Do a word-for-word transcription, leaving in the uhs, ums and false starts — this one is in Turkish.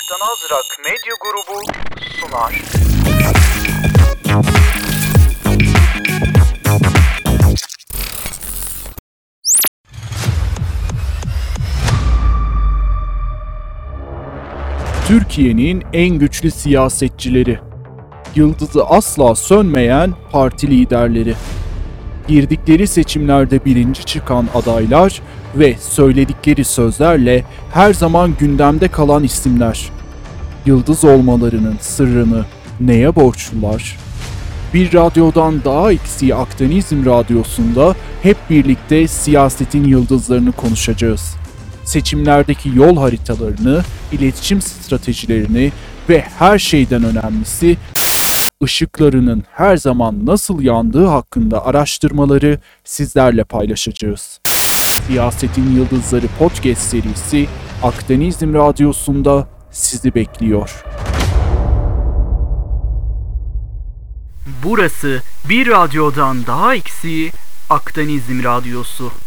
Aktan Azrak Medya Grubu sunar. Türkiye'nin en güçlü siyasetçileri, yıldızı asla sönmeyen parti liderleri, girdikleri seçimlerde birinci çıkan adaylar ve söyledikleri sözlerle her zaman gündemde kalan isimler. Yıldız olmalarının sırrını neye borçlular? Bir radyodan daha eksiği Akdenizm Radyosu'nda hep birlikte siyasetin yıldızlarını konuşacağız. Seçimlerdeki yol haritalarını, iletişim stratejilerini ve her şeyden önemlisi ışıklarının her zaman nasıl yandığı hakkında araştırmaları sizlerle paylaşacağız. Siyasetin Yıldızları podcast serisi Akdenizm Radyosu'nda sizi bekliyor. Burası bir radyodan daha eksiği Akdenizm Radyosu.